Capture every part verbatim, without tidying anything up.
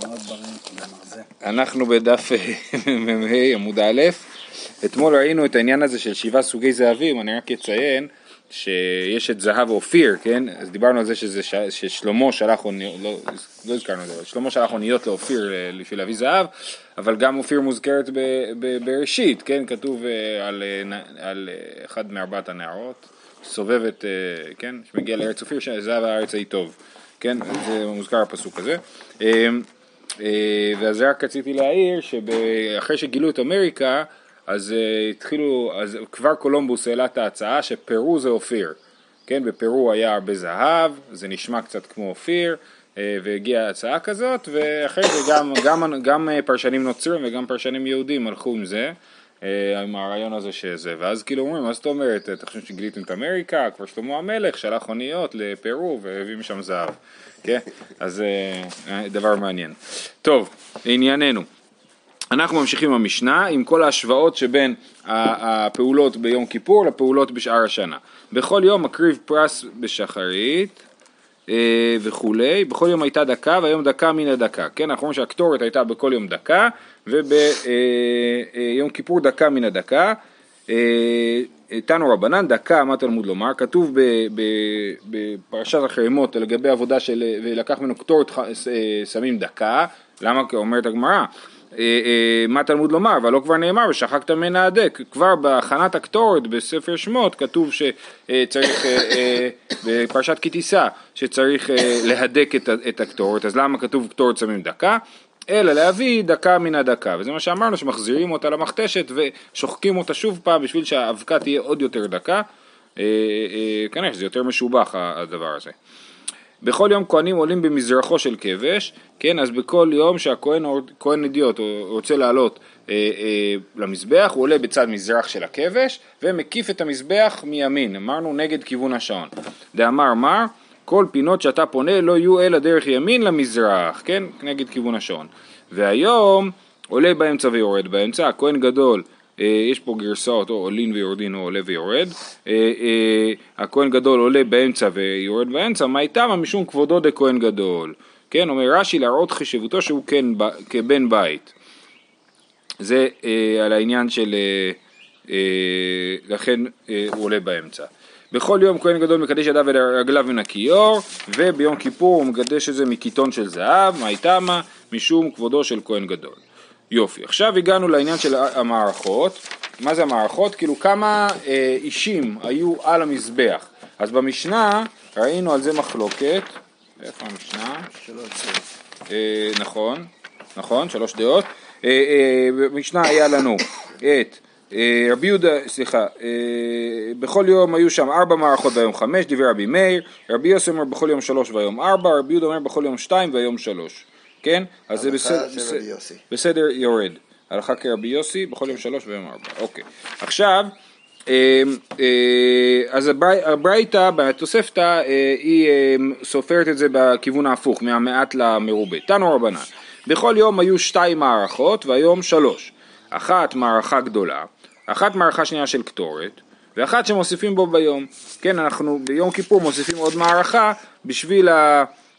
אנחנו בדף מ"ה עמוד א', אתמול ראינו את העניין הזה של שבעה סוגי זהבים. אני רק אציין שיש את זהב אופיר, כן? אז דיברנו על זה שזה ש... ששלמה שלח אוניות, לא, לא הזכרנו את זה, שלמה שלח אוניות לאופיר לפי להביא זהב, אבל גם אופיר מוזכרת ב... ב... בראשית, כן? כתוב על, על אחד מארבעת הנערות, סובבת, כן? שמגיע לארץ אופיר, שזהב הארץ היא טוב, כן? זה מוזכר הפסוק הזה. ואז רק רציתי להעיר שאחרי שגילו את אמריקה, אז uh, התחילו, אז כבר קולומבוס העלה את ההצעה שפרו זה אופיר, כן, בפרו היה הרבה זהב, זה נשמע קצת כמו אופיר, uh, והגיעה הצעה כזאת, ואחרי זה גם, גם, גם פרשנים נוצרים וגם פרשנים יהודים הלכו עם זה, uh, עם הרעיון הזה שזה, ואז כאילו אומרים, מה זאת אומרת, אתה חושב שגיליתם את אמריקה, כבר שלמה המלך שלח אוניות לפרו והביא משם זהב, כן, אז uh, דבר מעניין. טוב, ענייננו. אנחנו ממשיכים במשנה עם כל ההשוואות שבין הפעולות ביום כיפור לפעולות בשאר השנה. בכל יום מקריב פרס בשחרית וכולי, בכל יום הייתה דקה והיום דקה מן הדקה. כן, אנחנו אומרים שהקטורת הייתה בכל יום דקה וביום כיפור דקה מן הדקה. תנו רבנן, דקה, מה תלמוד לומר? כתוב בפרשת החרמות לגבי עבודה של ולקח ממנו קטורת שמים דקה. למה? אומרת הגמרא, מה תלמוד לומר? אבל לא כבר נאמר ושחקת מן ההדק. כבר בהכנת הקטורת בספר שמות כתוב שצריך בפרשת כי תישא שצריך להדק את הקטורת. אז למה כתוב קטורת שמים דקה? אלא להביא דקה מן הדקה, וזה מה שאמרנו, שמחזירים אותה למכתשת ושוחקים אותה שוב פעם בשביל שהאבקה תהיה עוד יותר דקה. כנראה שזה יותר משובח הדבר הזה. בכל יום כהנים עולים במזרחו של כבש, כן, אז בכל יום שהכהן כהן אידיוט רוצה לעלות אה, אה, למזבח, הוא עולה בצד מזרח של הכבש ומקיף את המזבח מימין. אמרנו נגד כיוון השעון. דאמר מר, כל פינות שאתה פונה לא יהיו אלא דרך ימין למזרח, כן, נגד כיוון השעון. והיום עולה באמצע ויורד באמצע, הכהן גדול, יש פה גרסאות, או עולין ויורדין או עולה ויורד, הכהן גדול עולה באמצע ויורד באמצע, מה איתם? משום כבודו דה כהן גדול, כן, אומר רש"י להראות חשיבותו שהוא כן כבן בית. זה על העניין של לכן הוא עולה באמצע. בכל יום כהן גדול מקדש ידיו ורגליו מן הכיור, וביום כיפור הוא מקדש את זה מקיטון של זהב, מה איתם? משום כבודו של כהן גדול. יופי, עכשיו הגענו לעניין של המערכות. מה זה המערכות? כאילו כמה אה, אישים היו על המזבח. אז במשנה ראינו על זה מחלוקת. איפה המשנה? שלוש אה, נכון, נכון, שלוש דעות. אה, אה, במשנה היה לנו את אה, רבי יהודה, סליחה, אה, בכל יום היו שם ארבע מערכות והיום חמש, דברי רבי מאיר. רבי יוסי אומר בכל יום שלוש והיום ארבע, רבי יהודה אומר בכל יום שתיים והיום שלוש. כן? אז זה בסדר, בסדר יורד. הלכה כרבי יוסי, בכל יום שלוש ויום ארבע. אוקיי. עכשיו, אז הברייתא, בתוספתא, היא סופרת את זה בכיוון ההפוך, מהמעט למרובה. תנו רבנן. בכל יום היו שתיים מערכות, והיום שלוש. אחת מערכה גדולה, אחת מערכה שנייה של קטורת, ואחת שמוסיפים בו ביום. כן, אנחנו ביום כיפור מוסיפים עוד מערכה, בשביל ה...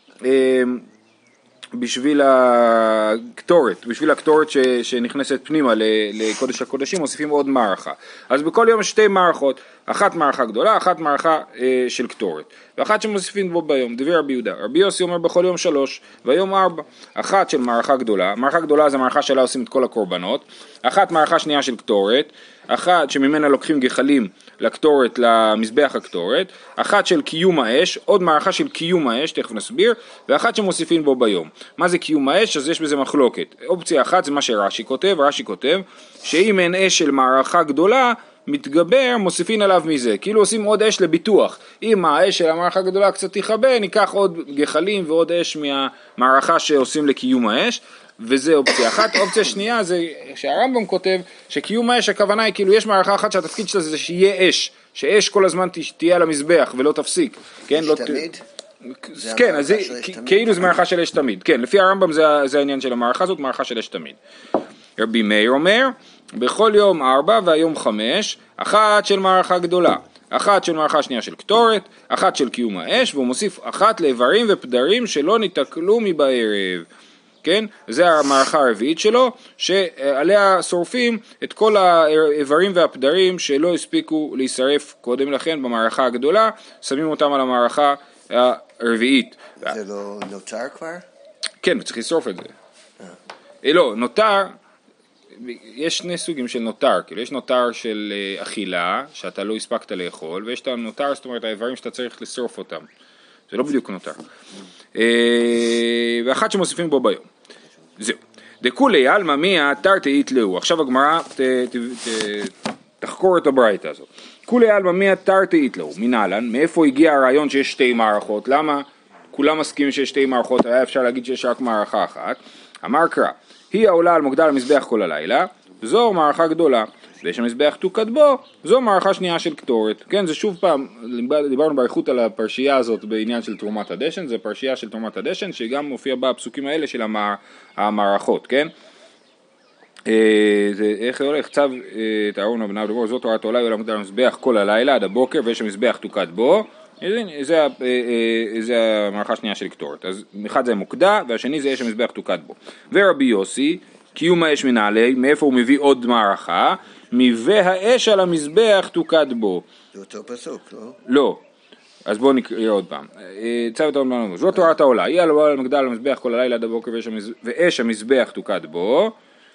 בשביל הקטורת, בשביל הקטורת ש, שנכנסת פנימה לקודש הקודשים, מוסיפים עוד מערכה. אז בכל יום שתי מערכות, אחת מערכה גדולה, אחת מערכה אה, של קטורת, ואחת שמוסיפים בו ביום. דברי רבי יהודה, רבי יוסי אומר בכל יום שלוש, והיום ארבע. אחת של מערכה גדולה, מערכה גדולה זה מערכה שלה עושים את כל הקורבנות, אחת מערכה שנייה של קטורת, אחת שממנה לוקחים גחלים לקטורת, למזבח הקטורת, אחת של קיום האש, עוד מערכה של קיום האש, תכף נסביר, ואחת שמוסיפים בו ביום. מה זה קיום האש? אז יש בזה מחלוקת. אופציה אחת זה מה שרש"י כותב, רש"י כותב, שאם אין אש של מערכה גדולה, מתגבר, מוסיפין עליו מזה, כאילו עושים עוד אש לביטוח. אם האש של המערכה הגדולה קצת תיחבא, ניקח עוד גחלים ועוד אש מהמערכה שעושים לקיום האש, וזה אופציה אחת. אופציה שנייה זה שהרמב"ם כותב שקיום האש הכוונה היא כאילו יש מערכה אחת שהתפקיד שלה זה שיהיה אש, שאש כל הזמן תהיה על המזבח ולא תפסיק. כן, לא תמיד? כן, אז כאילו זה מערכה של אש תמיד. כן, לפי הרמב"ם זה העניין של המערכה הזאת, מערכה של אש תמיד. רבי מאיר אומר, בכל יום ארבע והיום חמש, אחת של מערכה גדולה, אחת של מערכה שנייה של קטורת, אחת של קיום האש, והוא מוסיף אחת לאיברים ופדרים שלא ניתקלו מבערב. כן? זה המערכה הרביעית שלו, שעליה שורפים את כל האיברים והפדרים שלא הספיקו להישרף קודם לכן במערכה הגדולה, שמים אותם על המערכה הרביעית. זה לא נותר כבר? כן, צריך לשרוף את זה. אה. לא, נותר, יש שני סוגים של נותר, כאילו יש נותר של אכילה, שאתה לא הספקת לאכול, ויש את הנותר, זאת אומרת, האיברים שאתה צריך לשרוף אותם. זה לא בדיוק נותר. ואחת שמוסיפים בו ביום. זהו. דכולי עלמא מיה תרתי יתלאו. עכשיו הגמרא תחקור את הברייתא הזאת. כולי עלמא מיה תרתי יתלאו. מנהלן, מאיפה הגיע הרעיון שיש שתי מערכות? למה כולם מסכימים שיש שתי מערכות? היה אפשר להגיד שיש רק מערכה אחת. אמר קרא, היא העולה על מוקדה למזבח כל הלילה, זו מערכה גדולה. ויש המזבח תוקד בו, זו מערכה שנייה של קטורת. כן, זה שוב פעם, דיברנו באריכות על הפרשייה הזאת בעניין של תרומת הדשן, זה פרשייה של תרומת הדשן, שגם מופיע בפסוקים האלה של המע... המערכות, כן? זה, איך זה הולך? צו את אהרון ובניו דבור, זאת תורת העולה, יעלה מוקדה למזבח כל הלילה עד הבוקר, ויש המזבח תוקד בו, זה, זה המערכה השנייה של קטורת. אז אחד זה מוקדה, והשני זה יש המזבח תוקד בו. ורבי יוסי, קיום האש מנעלי, מאיפה הוא מביא עוד מערכה? מביא האש על המזבח תוקד בו. זה אותו פסוק, לא? לא. אז בואו נקרא עוד פעם. צו את העולה, זאת תורת העולה, היא עלולה על מגדל המזבח כל הלילה עד הבוקר ואש המזבח תוקד בו.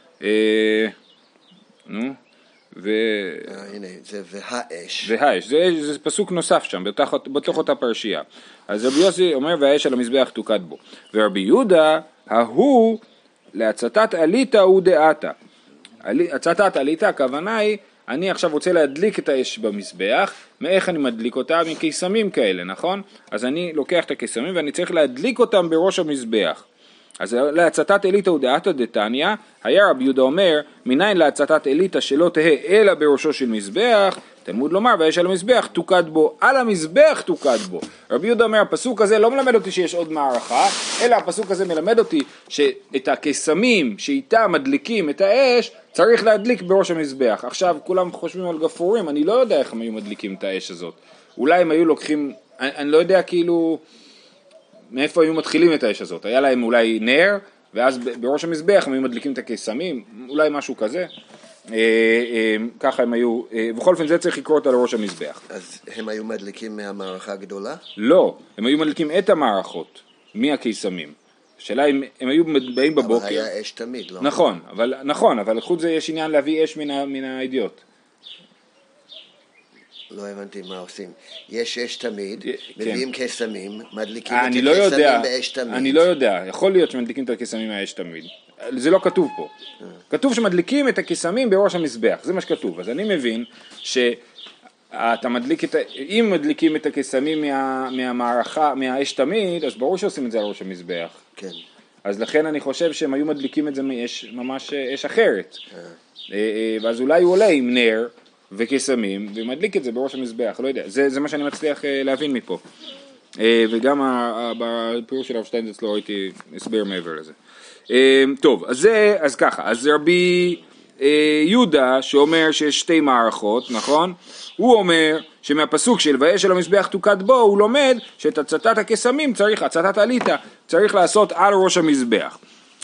נו. ו... הנה, זה והאש. והאש, זה, זה פסוק נוסף שם, בתוך, בתוך אותה פרשייה. אז רבי יוסי אומר, והאש על המזבח תוקד בו. ורבי יהודה, ההוא, להצתת עליתה הוא דעתה. הצתת עליתה, הכוונה היא, אני עכשיו רוצה להדליק את האש במזבח, מאיך אני מדליק אותה? מקיסמים כאלה, נכון? אז אני לוקח את הקיסמים ואני צריך להדליק אותם בראש המזבח. אז להצתת אליטה ודעתה דתניא, היה רבי יהודה אומר, מניין להצתת אליטה שלא תהא אלא בראשו של מזבח, תלמוד לומר, והאש על המזבח תוקד בו, על המזבח תוקד בו. רבי יהודה אומר, הפסוק הזה לא מלמד אותי שיש עוד מערכה, אלא הפסוק הזה מלמד אותי שאת הקיסמים שאיתה מדליקים את האש, צריך להדליק בראש המזבח. עכשיו כולם חושבים על גפורים, אני לא יודע איך הם היו מדליקים את האש הזאת. אולי הם היו לוקחים, אני, אני לא יודע כאילו מאיפה היו מתחילים את האש הזאת. היה להם אולי נר, ואז בראש המזבח הם היו מדליקים את הקיסמים, אולי משהו כזה. ככה הם היו, בכל אופן זה צריך לקרוא אותה לראש המזבח. אז הם היו מדליקים מהמערכה הגדולה? לא, הם היו מדליקים את המערכות, מהקיסמים. השאלה אם הם היו באים בבוקר. אבל היה אש תמיד, לא? נכון, אבל, נכון, אבל חוץ זה יש עניין להביא אש מן, מן האידיוט. לא הבנתי מה עושים. יש אש תמיד, כן. מביאים קסמים, מדליקים את הקסמים לא באש תמיד. אני לא יודע, יכול להיות שמדליקים את הקסמים מהאש תמיד. זה לא כתוב פה. כתוב שמדליקים את הקסמים בראש המזבח, זה מה שכתוב. אז אני מבין שאתה מדליק את, אם מדליקים את הקסמים מה, מהמערכה, מהאש תמיד, אז ברור שעושים את זה על ראש המזבח. כן. אז לכן אני חושב שהם היו מדליקים את זה מאש, ממש אש אחרת. ואז אולי הוא עולה עם נר וקסמים ומדליק את זה בראש המזבח, לא יודע. זה, זה מה שאני מצליח להבין מפה. וגם בפירוש של הרב שטיינזלץ לא ראיתי הסבר מעבר לזה. טוב, אז זה, אז ככה, אז רבי יהודה שאומר שיש שתי מערכות, נכון? הוא אומר שמהפסוק של ואש על המזבח תוקד בו, הוא לומד שאת הצתת הקסמים צריך, הצתת עליתה, צריך לעשות על ראש המזבח.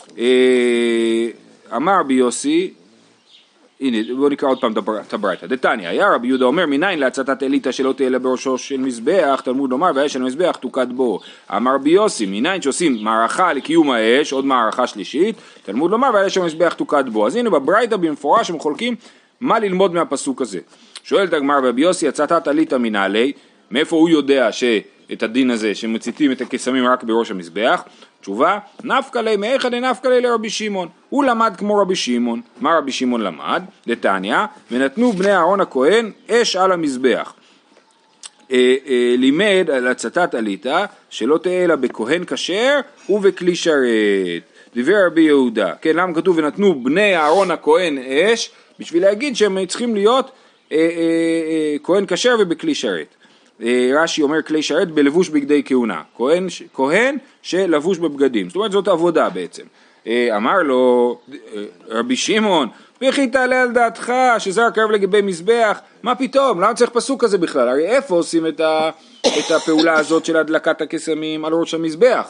אמר רבי יוסי, הנה בואו נקרא עוד פעם את הברייתא. דתניא, היה רבי יהודה אומר מניין להצתת אליטה שלא תהיה לה בראשו של מזבח, תלמוד לומר והאש על המזבח תוקד בו. אמר רבי יוסי מניין שעושים מערכה לקיום האש, עוד מערכה שלישית, תלמוד לומר והאש על המזבח תוקד בו. אז הנה בברייתא במפורש הם חולקים מה ללמוד מהפסוק הזה. שואלת הגמרא רבי יוסי, הצתת אליטה מנעלי, מאיפה הוא יודע שאת הדין הזה שמציתים את הקסמים רק בראש המזבח? תשובה, נפקא ליה מאיכא דנפקא ליה לרבי שמעון. הוא למד כמו רבי שמעון. מה רבי שמעון למד? דתניא, ונתנו בני אהרון הכהן אש על המזבח. אה, אה, לימד על הצתת עליתה שלא תהיה לה בכהן כשר ובכלי שרת. דבר רבי יהודה. כן, למה כתוב ונתנו בני אהרון הכהן אש? בשביל להגיד שהם צריכים להיות אה, אה, אה, כהן כשר ובכלי שרת. רש"י אומר כלי שרת בלבוש בגדי כהונה, כהן, כהן שלבוש בבגדים, זאת אומרת זאת עבודה בעצם. אמר לו רבי שמעון, וכי תעלה על דעתך שזה רק קרב לגבי מזבח, מה פתאום, למה צריך פסוק כזה בכלל? הרי איפה עושים את, ה, את הפעולה הזאת של הדלקת הקסמים על ראש המזבח?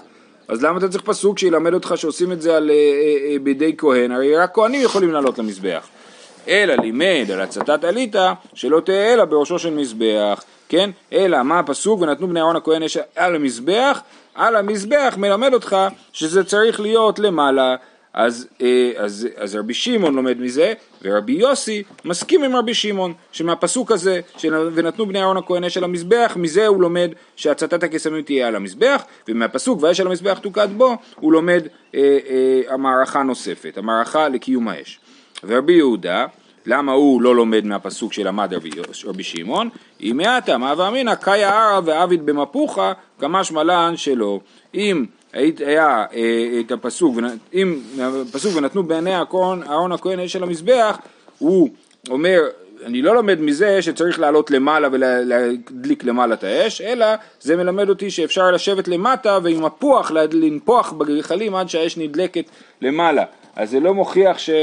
אז למה אתה צריך פסוק שילמד אותך שעושים את זה על, בידי כהן? הרי רק כהנים יכולים לעלות למזבח. אלא לימד על הצתת עליתה שלא תהיה אלא בראשו של מזבח, כן? אלא מה הפסוק? ונתנו בני אהרון הכהן אש על המזבח, על המזבח מלמד אותך שזה צריך להיות למעלה. אז, אז, אז רבי שמעון לומד מזה, ורבי יוסי מסכים עם רבי שמעון, שמהפסוק הזה, ונתנו בני אהרון הכהן אש על המזבח, מזה הוא לומד שהצתת הקסמים תהיה על המזבח, ומהפסוק והאש על המזבח תוקד בו, הוא לומד אה, אה, המערכה נוספת, המערכה לקיום האש. ורבי יהודה, למה הוא לא לומד מהפסוק שלמד רבי, רבי שמעון? אם מעטה, מה ואמינא, קאיה ערא ועביד במפוחה, כמשמע לן שלו. אם היה את הפסוק, אם הפסוק ונתנו בני אהרון הכהן אש על המזבח, הוא אומר, אני לא לומד מזה שצריך לעלות למעלה ולהדליק למעלה את האש, אלא זה מלמד אותי שאפשר לשבת למטה ועם הפוח לנפוח בגחלים עד שהאש נדלקת למעלה. אז זה לא מוכיח ש...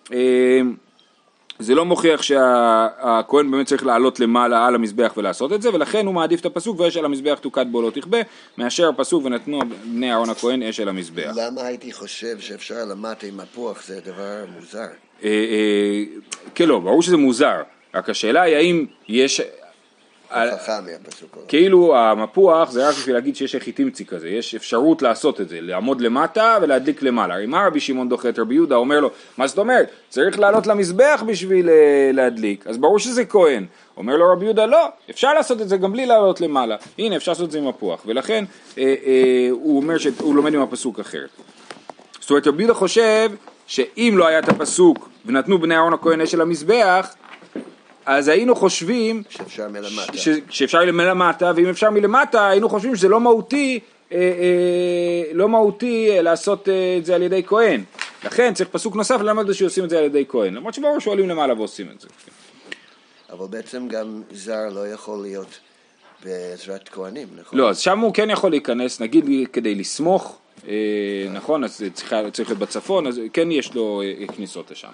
זה לא מוכיח שהכהן באמת צריך לעלות למעלה על המזבח ולעשות את זה, ולכן הוא מעדיף את הפסוק ואש על המזבח תוקד בו לא תכבה, מאשר הפסוק ונתנו בני אהרון הכהן אש על המזבח. למה הייתי חושב שאפשר למטה עם הפוח? זה דבר מוזר. כן, לא, ברור שזה מוזר, רק השאלה היא האם יש... חכם מהפסוק. כאילו המפוח זה רק בשביל להגיד שיש חיתימצי כזה, יש אפשרות לעשות את זה, לעמוד למטה ולהדליק למעלה. הרי מה רבי שמעון דוחה את רבי יהודה, אומר לו, מה זאת אומרת? צריך לעלות למזבח בשביל להדליק, אז ברור שזה כהן. אומר לו רבי יהודה, לא, אפשר לעשות את זה גם בלי לעלות למעלה, הנה אפשר לעשות את זה עם הפוח, ולכן אה, אה, הוא אומר שהוא לומד עם הפסוק אחרת. זאת אומרת רבי יהודה חושב שאם לא היה את הפסוק ונתנו בני אהרון הכהן אש על המזבח, אז היינו חושבים שאפשר מלמטה, ש, שאפשר מלמטה, ואם אפשר מלמטה היינו חושבים שזה לא מהותי, אה, אה, לא מהותי לעשות אה, את זה על ידי כהן. לכן צריך פסוק נוסף ללמד שעושים את זה על ידי כהן, למרות שברור שואלים למעלה ועושים את זה. אבל בעצם גם זר לא יכול להיות בעזרת כהנים, נכון? לא, אז שם הוא כן יכול להיכנס, נגיד כדי לסמוך, אה, נכון, אז צריך, צריך להיות בצפון, אז כן יש לו אה, כניסות לשם.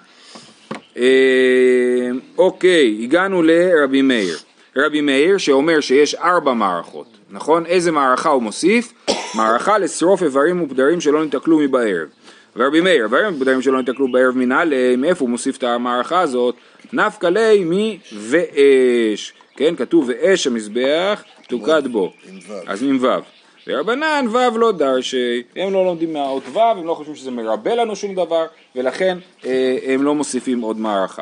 אוקיי, הגענו לרבי מאיר. רבי מאיר שאומר שיש ארבע מערכות, נכון? איזה מערכה הוא מוסיף? מערכה לשרוף איברים ופדרים שלא נתקלו מבערב. ורבי מאיר, איברים ופדרים שלא נתקלו בערב מנהלה, מאיפה הוא מוסיף את המערכה הזאת? נפקא ליה מי ואש, כן? כתוב ואש המזבח תוקד בו, אז עם וו. ורבנן וו לא דרשי, הם לא לומדים מהאות וו, הם לא חושבים שזה מרבה לנו שום דבר, ולכן אה, הם לא מוסיפים עוד מערכה.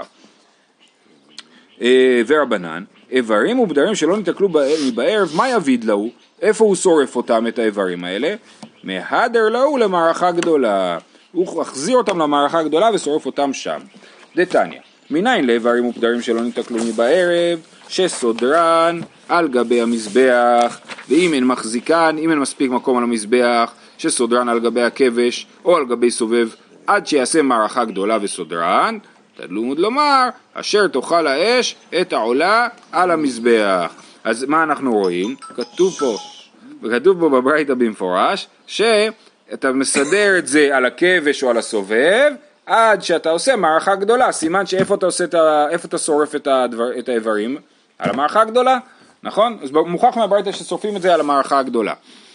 אה, ורבנן, איברים ובדרים שלא נתקלו בערב, מה יביד לו? איפה הוא שורף אותם את האיברים האלה? מהדר לו למערכה גדולה, הוא החזיר אותם למערכה גדולה ושורף אותם שם. דתניא, מניין לאיברים ובדרים שלא נתקלו בערב? שסודרן על גבי המזבח, ואם אין מחזיקן, אם אין מספיק מקום על המזבח, שסודרן על גבי הכבש או על גבי סובב, עד שיעשה מערכה גדולה וסודרן, תלמוד לומר, אשר תאכל האש את העולה על המזבח. אז מה אנחנו רואים? כתוב פה, כתוב פה בברייתא במפורש, שאתה מסדר את זה על הכבש או על הסובב, עד שאתה עושה מערכה גדולה, סימן שאיפה אתה עושה את ה... איפה אתה שורף את, הדבר... את האיברים? על המערכה הגדולה, נכון? אז מוכח מהברייתא ששורפים את זה על המערכה הגדולה.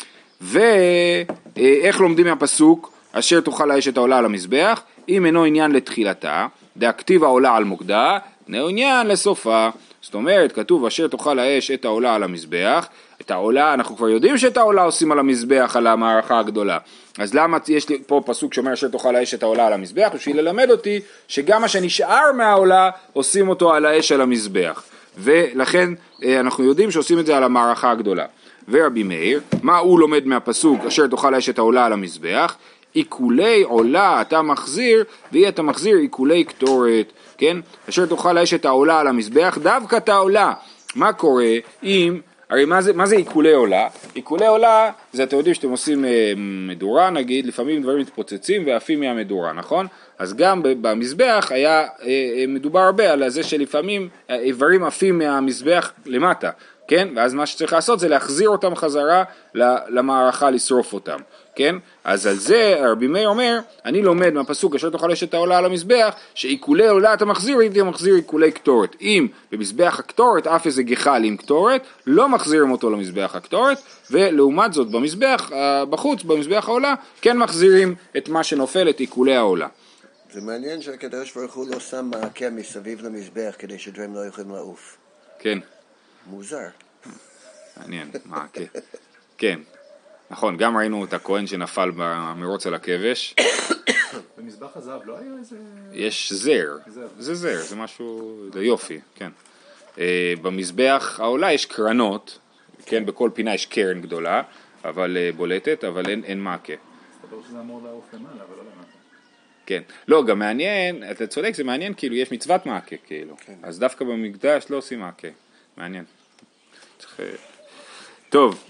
ואיך לומדים מהפסוק? אשר תאכל האש את העולה על המזבח, אם אינו עניין לתחילתה, דאקטיב העולה על מוקדה, אינו עניין לסופה. זאת אומרת, כתוב אשר תאכל האש את העולה על המזבח, את העולה, אנחנו כבר יודעים שאת העולה עושים על המזבח על המערכה הגדולה. אז למה יש לי פה פסוק שאומר אשר תאכל האש את העולה על המזבח? בשביל ללמד אותי שגם מה שנשאר מהעולה עושים אותו על האש על המזבח. ולכן אנחנו יודעים שעושים את זה על המערכה הגדולה. ורבי מאיר, מה הוא לומד מהפסוק אשר תאכל האש את העולה על המזבח? עיקולי עולה אתה מחזיר, ואי אתה מחזיר עיקולי קטורת, כן? אשר תאכל האש את העולה על המזבח, דווקא את העולה. מה קורה אם, הרי מה זה, מה זה עיקולי עולה? עיקולי עולה, זה אתם יודעים שאתם עושים אה, מדורה נגיד, לפעמים דברים מתפוצצים ועפים מהמדורה, נכון? אז גם במזבח היה אה, אה, מדובר הרבה על זה שלפעמים איברים עפים מהמזבח למטה, כן? ואז מה שצריך לעשות זה להחזיר אותם חזרה למערכה, לשרוף אותם. כן? אז על זה רבי מאיר אומר, אני לומד מהפסוק אשר תאכל אשת העולה על המזבח, שעיקולי עולה אתה מחזיר, הייתי מחזיר עיקולי קטורת. אם במזבח הקטורת אף איזה גחל עם קטורת, לא מחזירים אותו למזבח הקטורת, ולעומת זאת במזבח, בחוץ, במזבח העולה, כן מחזירים את מה שנופל, את עיקולי העולה. זה מעניין שהקדוש ברוך הוא לא שם מעקה מסביב למזבח כדי שדברים לא יכולים לעוף. כן. מוזר. מעניין, מעקה. כן. נכון, גם ראינו את הכהן שנפל במרוץ על הכבש. במזבח הזהב לא היה איזה... יש זר, זה זר, זה משהו, זה יופי, כן. במזבח העולה יש קרנות, כן, בכל פינה יש קרן גדולה, אבל בולטת, אבל אין, אין מעקה. ברור שזה אמור לעוף למעלה, אבל לא למטה. כן, לא, גם מעניין, אתה צודק, זה מעניין, כאילו, יש מצוות מעקה, כאילו. כן. אז דווקא במקדש לא עושים מעקה, מעניין. צריך... טוב,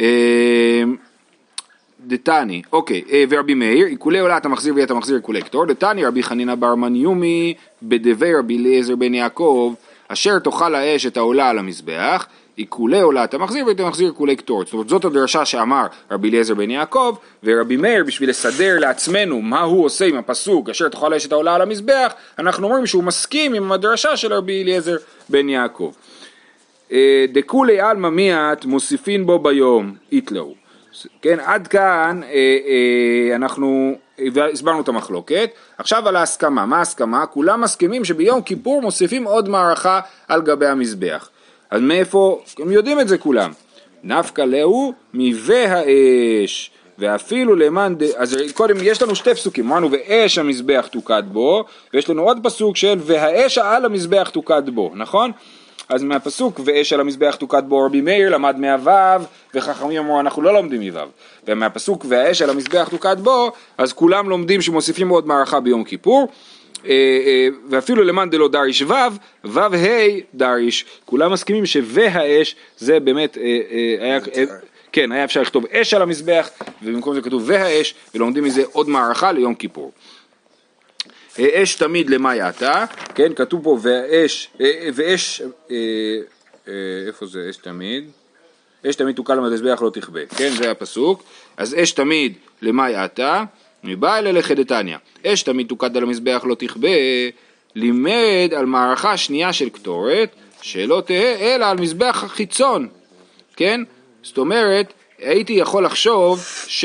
דתני, אוקיי, ורבי מאיר, עיקולי עולה אתה מחזיר ואתה מחזיר עיקולי קטור, דתני רבי חנינא בר מניומי בדבי רבי אליעזר בן יעקב, אשר תאכל האש את העולה על המזבח, עיקולי עולה אתה מחזיר ואתה מחזיר עיקולי קטור. זאת אומרת, זאת הדרשה שאמר רבי אליעזר בן יעקב, ורבי מאיר בשביל לסדר לעצמנו מה הוא עושה עם הפסוק, אשר תאכל האש את העולה על המזבח, אנחנו אומרים שהוא מסכים עם הדרשה של רבי אליעזר בן יעקב. דכולי עלמא מיעט מוסיפין בו ביום יתלאו. כן, עד כאן אה, אה, אנחנו הסברנו את המחלוקת. עכשיו על ההסכמה. מה ההסכמה? כולם מסכימים שביום כיפור מוסיפים עוד מערכה על גבי המזבח. אז מאיפה? הם יודעים את זה כולם. נפקא להו מביא האש ואפילו למען, אז קודם יש לנו שתי פסוקים, אמרנו ואש המזבח תוקד בו, ויש לנו עוד פסוק של והאש על המזבח תוקד בו, נכון? אז מהפסוק ואש על המזבח תוקד בו רבי מאיר למד מהוו, וחכמים אמרו אנחנו לא לומדים מהוו, ומהפסוק והאש על המזבח תוקד בו, אז כולם לומדים שמוסיפים עוד מערכה ביום כיפור, ואפילו למען דלא דריש וו, וו ה' דריש, כולם מסכימים שהאש זה באמת, היה, כן, היה אפשר לכתוב אש על המזבח, ובמקום זה כתוב והאש, ולומדים מזה עוד מערכה ליום כיפור. אש תמיד למה יעתה, כן, כתוב פה ואש, ואש, איפה זה אש תמיד? אש תמיד תוקל למזבח לא תכבה, כן, זה הפסוק. אז אש תמיד למה יעתה, מבא אלה לחדתניא, אש תמיד תוקד על המזבח לא תכבה, לימד על מערכה שנייה של קטורת, שלא תהא אלא על מזבח החיצון, כן? זאת אומרת, הייתי יכול לחשוב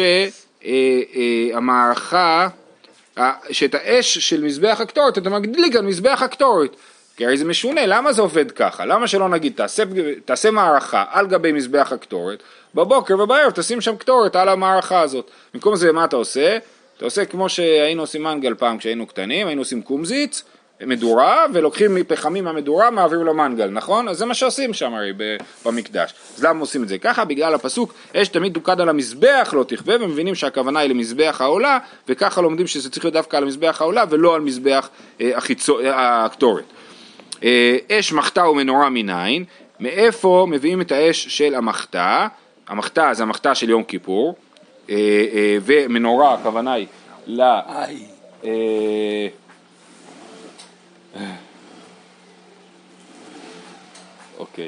שהמערכה, שאת האש של מזבח הקטורת אתה מגדיל על מזבח הקטורת, כי הרי זה משונה, למה זה עובד ככה? למה שלא נגיד תעשה, תעשה מערכה על גבי מזבח הקטורת, בבוקר ובערב תשים שם קטורת על המערכה הזאת. במקום זה מה אתה עושה? אתה עושה כמו שהיינו עושים מנגל פעם כשהיינו קטנים, היינו עושים קומזיץ, מדורה, ולוקחים מפחמים מהמדורה, מעבירים למנגל, נכון? אז זה מה שעושים שם הרי במקדש. אז למה עושים את זה? ככה בגלל הפסוק, אש תמיד תוקד על המזבח לא תכבה, ומבינים שהכוונה היא למזבח העולה, וככה לומדים שזה צריך להיות דווקא על המזבח העולה, ולא על מזבח אה, החיצו, אה, הקטורת. אה, אש מחתה ומנורה מניין, מאיפה מביאים את האש של המחתה? המחתה זה המחתה של יום כיפור, אה, אה, ומנורה, הכוונה היא ל... אה, אוקיי.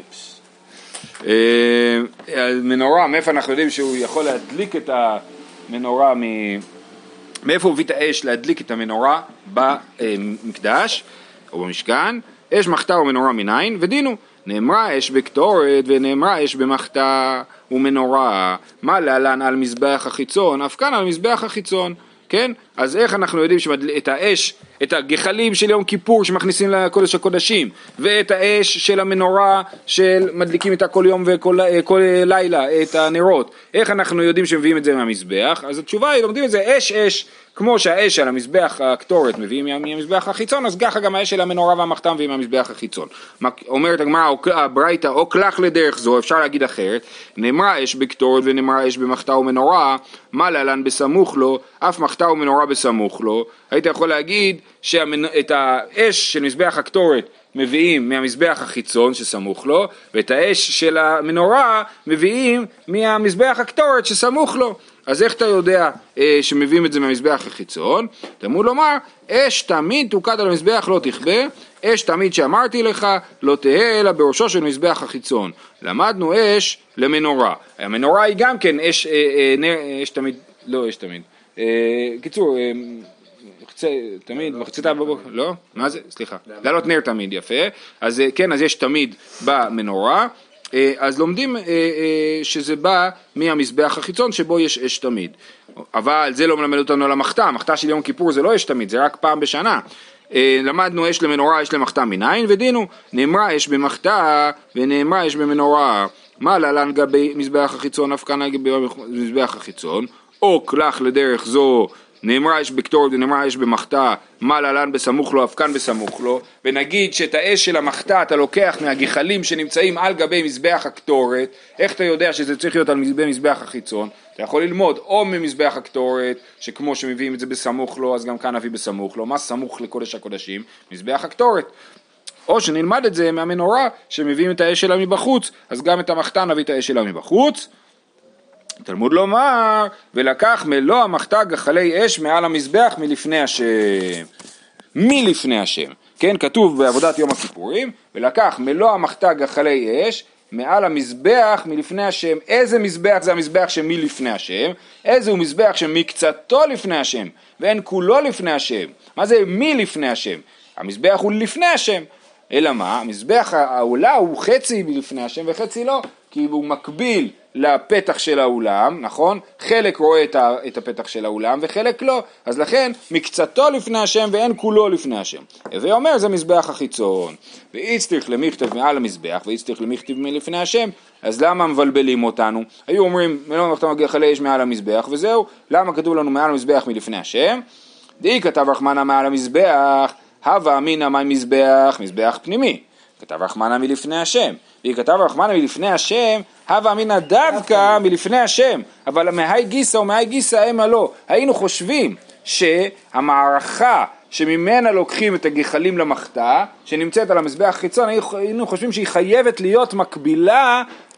מנורה, מאיפה אנחנו יודעים שהוא יכול להדליק את המנורה, מאיפה הוא הביא את האש להדליק את המנורה במקדש או במשכן? אש מחתה ומנורה מניין, ודינו, נאמרה אש בקטורת ונאמרה אש במחתה ומנורה, מה להלן על מזבח החיצון? אף כאן על מזבח החיצון, כן? אז איך אנחנו יודעים שאת האש, את הגחלים של יום כיפור שמכניסים לקודש הקודשים, ואת האש של המנורה של מדליקים איתה כל יום וכל כל לילה, את הנרות, איך אנחנו יודעים שמביאים את זה מהמזבח? אז התשובה היא, לומדים את זה אש אש, כמו שהאש של המזבח הקטורת מביאים מהמזבח החיצון, אז ככה גם האש של המנורה והמחתה מביאים מהמזבח החיצון. אומרת הגמרא, הברייתא, או כלך לדרך זו, אפשר להגיד אחרת, נאמרה אש בקטורת ונאמרה אש במחתה ומנורה, מה להלן בסמוך לו, אף מחתה ומנורה בסמוך לו. היית יכול להגיד שאת האש של מזבח הקטורת מביאים מהמזבח החיצון שסמוך לו, ואת האש של המנורה מביאים מהמזבח הקטורת שסמוך לו. אז איך אתה יודע אה, שמביאים את זה מהמזבח החיצון? תמוד לומר, אש תמיד תוקד על המזבח לא תכבה, אש תמיד שאמרתי לך לא תהא אלא בראשו של מזבח החיצון. למדנו אש למנורה. המנורה היא גם כן אש, אה, אה, נר, אש תמיד, לא, יש תמיד. קיצור, תמיד, מחצית בבוקר, לא? מה זה? סליחה. לעלות נר תמיד, יפה. אז כן, אז יש תמיד במנורה. אז לומדים שזה בא מהמזבח החיצון שבו יש אש תמיד. אבל זה לא מלמד אותנו על המחתה. המחתה של יום כיפור זה לא אש תמיד, זה רק פעם בשנה. למדנו אש למנורה, אש למחתה מניין, ודינו, נאמרה אש במחתה ונאמרה אש במנורה. מה להלן גבי מזבח החיצון, אף כאן גבי מזבח החיצון, או כלך לדרך זו, נאמרה אש בקטורת ונאמרה אש במחתה, מה להלן בסמוך לו, אף כאן בסמוך לו, ונגיד שאת האש של המחתה אתה לוקח מהגחלים שנמצאים על גבי מזבח הקטורת, איך אתה יודע שזה צריך להיות על מזבח החיצון? אתה יכול ללמוד או ממזבח הקטורת, שכמו שמביאים את זה בסמוך לו, אז גם כאן נביא בסמוך לו, מה סמוך לקודש הקודשים? מזבח הקטורת. או שנלמד את זה מהמנורה, שמביאים את האש שלה מבחוץ, אז גם את המחתה נביא את האש שלה מבחוץ. תלמוד לומר, ולקח מלוא המחתה גחלי אש מעל המזבח מלפני השם. מלפני השם. כן, כתוב בעבודת יום הכיפורים, ולקח מלוא המחתה גחלי אש מעל המזבח מלפני השם. איזה מזבח זה המזבח שמלפני השם? איזה הוא מזבח שמקצתו לפני השם, ואין כולו לפני השם. מה זה מלפני השם? המזבח הוא לפני השם. אלא מה? המזבח העולה הוא חצי מלפני השם וחצי לא, כי הוא מקביל לפתח של האולם, נכון? חלק רואה את הפתח של האולם וחלק לא, אז לכן מקצתו לפני השם ואין כולו לפני השם. ואומר זה מזבח החיצון, ואיצטריך למכתב מעל המזבח ואיצטריך למכתב מלפני השם, אז למה מבלבלים אותנו? היו אומרים מלוא המחתה גחלי אש מעל המזבח וזהו, למה כתוב לנו מעל המזבח מלפני השם? די כתב רחמנה מעל המזבח, הווה אמינא מה מזבח? מזבח פנימי. כתב רחמנה מלפני השם. והיא כתב רחמנה מלפני השם, הווה אמינא דווקא מלפני השם. אבל מהי גיסא ומהי גיסא המה לא. היינו חושבים שהמערכה שממנה לוקחים את הגחלים למחתה, שנמצאת על המזבח החיצון, היינו חושבים שהיא חייבת להיות מקבילה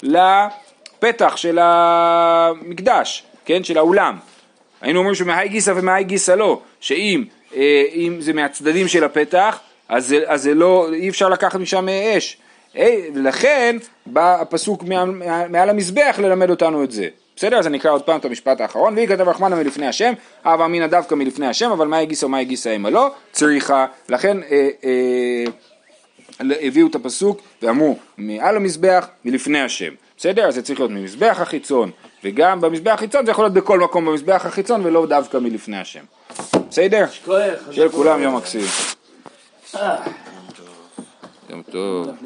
לפתח של המקדש, כן? של האולם. היינו אומרים שמהי גיסא ומהי גיסא לא. שאם אם זה מהצדדים של הפתח, אז זה, אז זה לא, אי אפשר לקחת משם אש. ולכן בא הפסוק מעל, מעל המזבח ללמד אותנו את זה. בסדר? אז אני אקרא עוד פעם את המשפט האחרון. והיא כתב רחמנה מלפני השם, הווה אמינא דווקא מלפני השם, אבל מהי גיסא ומהי גיסא המה לא? צריכה. לכן אה, אה, הביאו את הפסוק ואמרו מעל המזבח מלפני השם. בסדר? אז זה צריך להיות ממזבח החיצון, וגם במזבח החיצון זה יכול להיות בכל מקום במזבח החיצון ולא דווקא מלפני השם. בסדר? של כולם יום מקסים. יום טוב.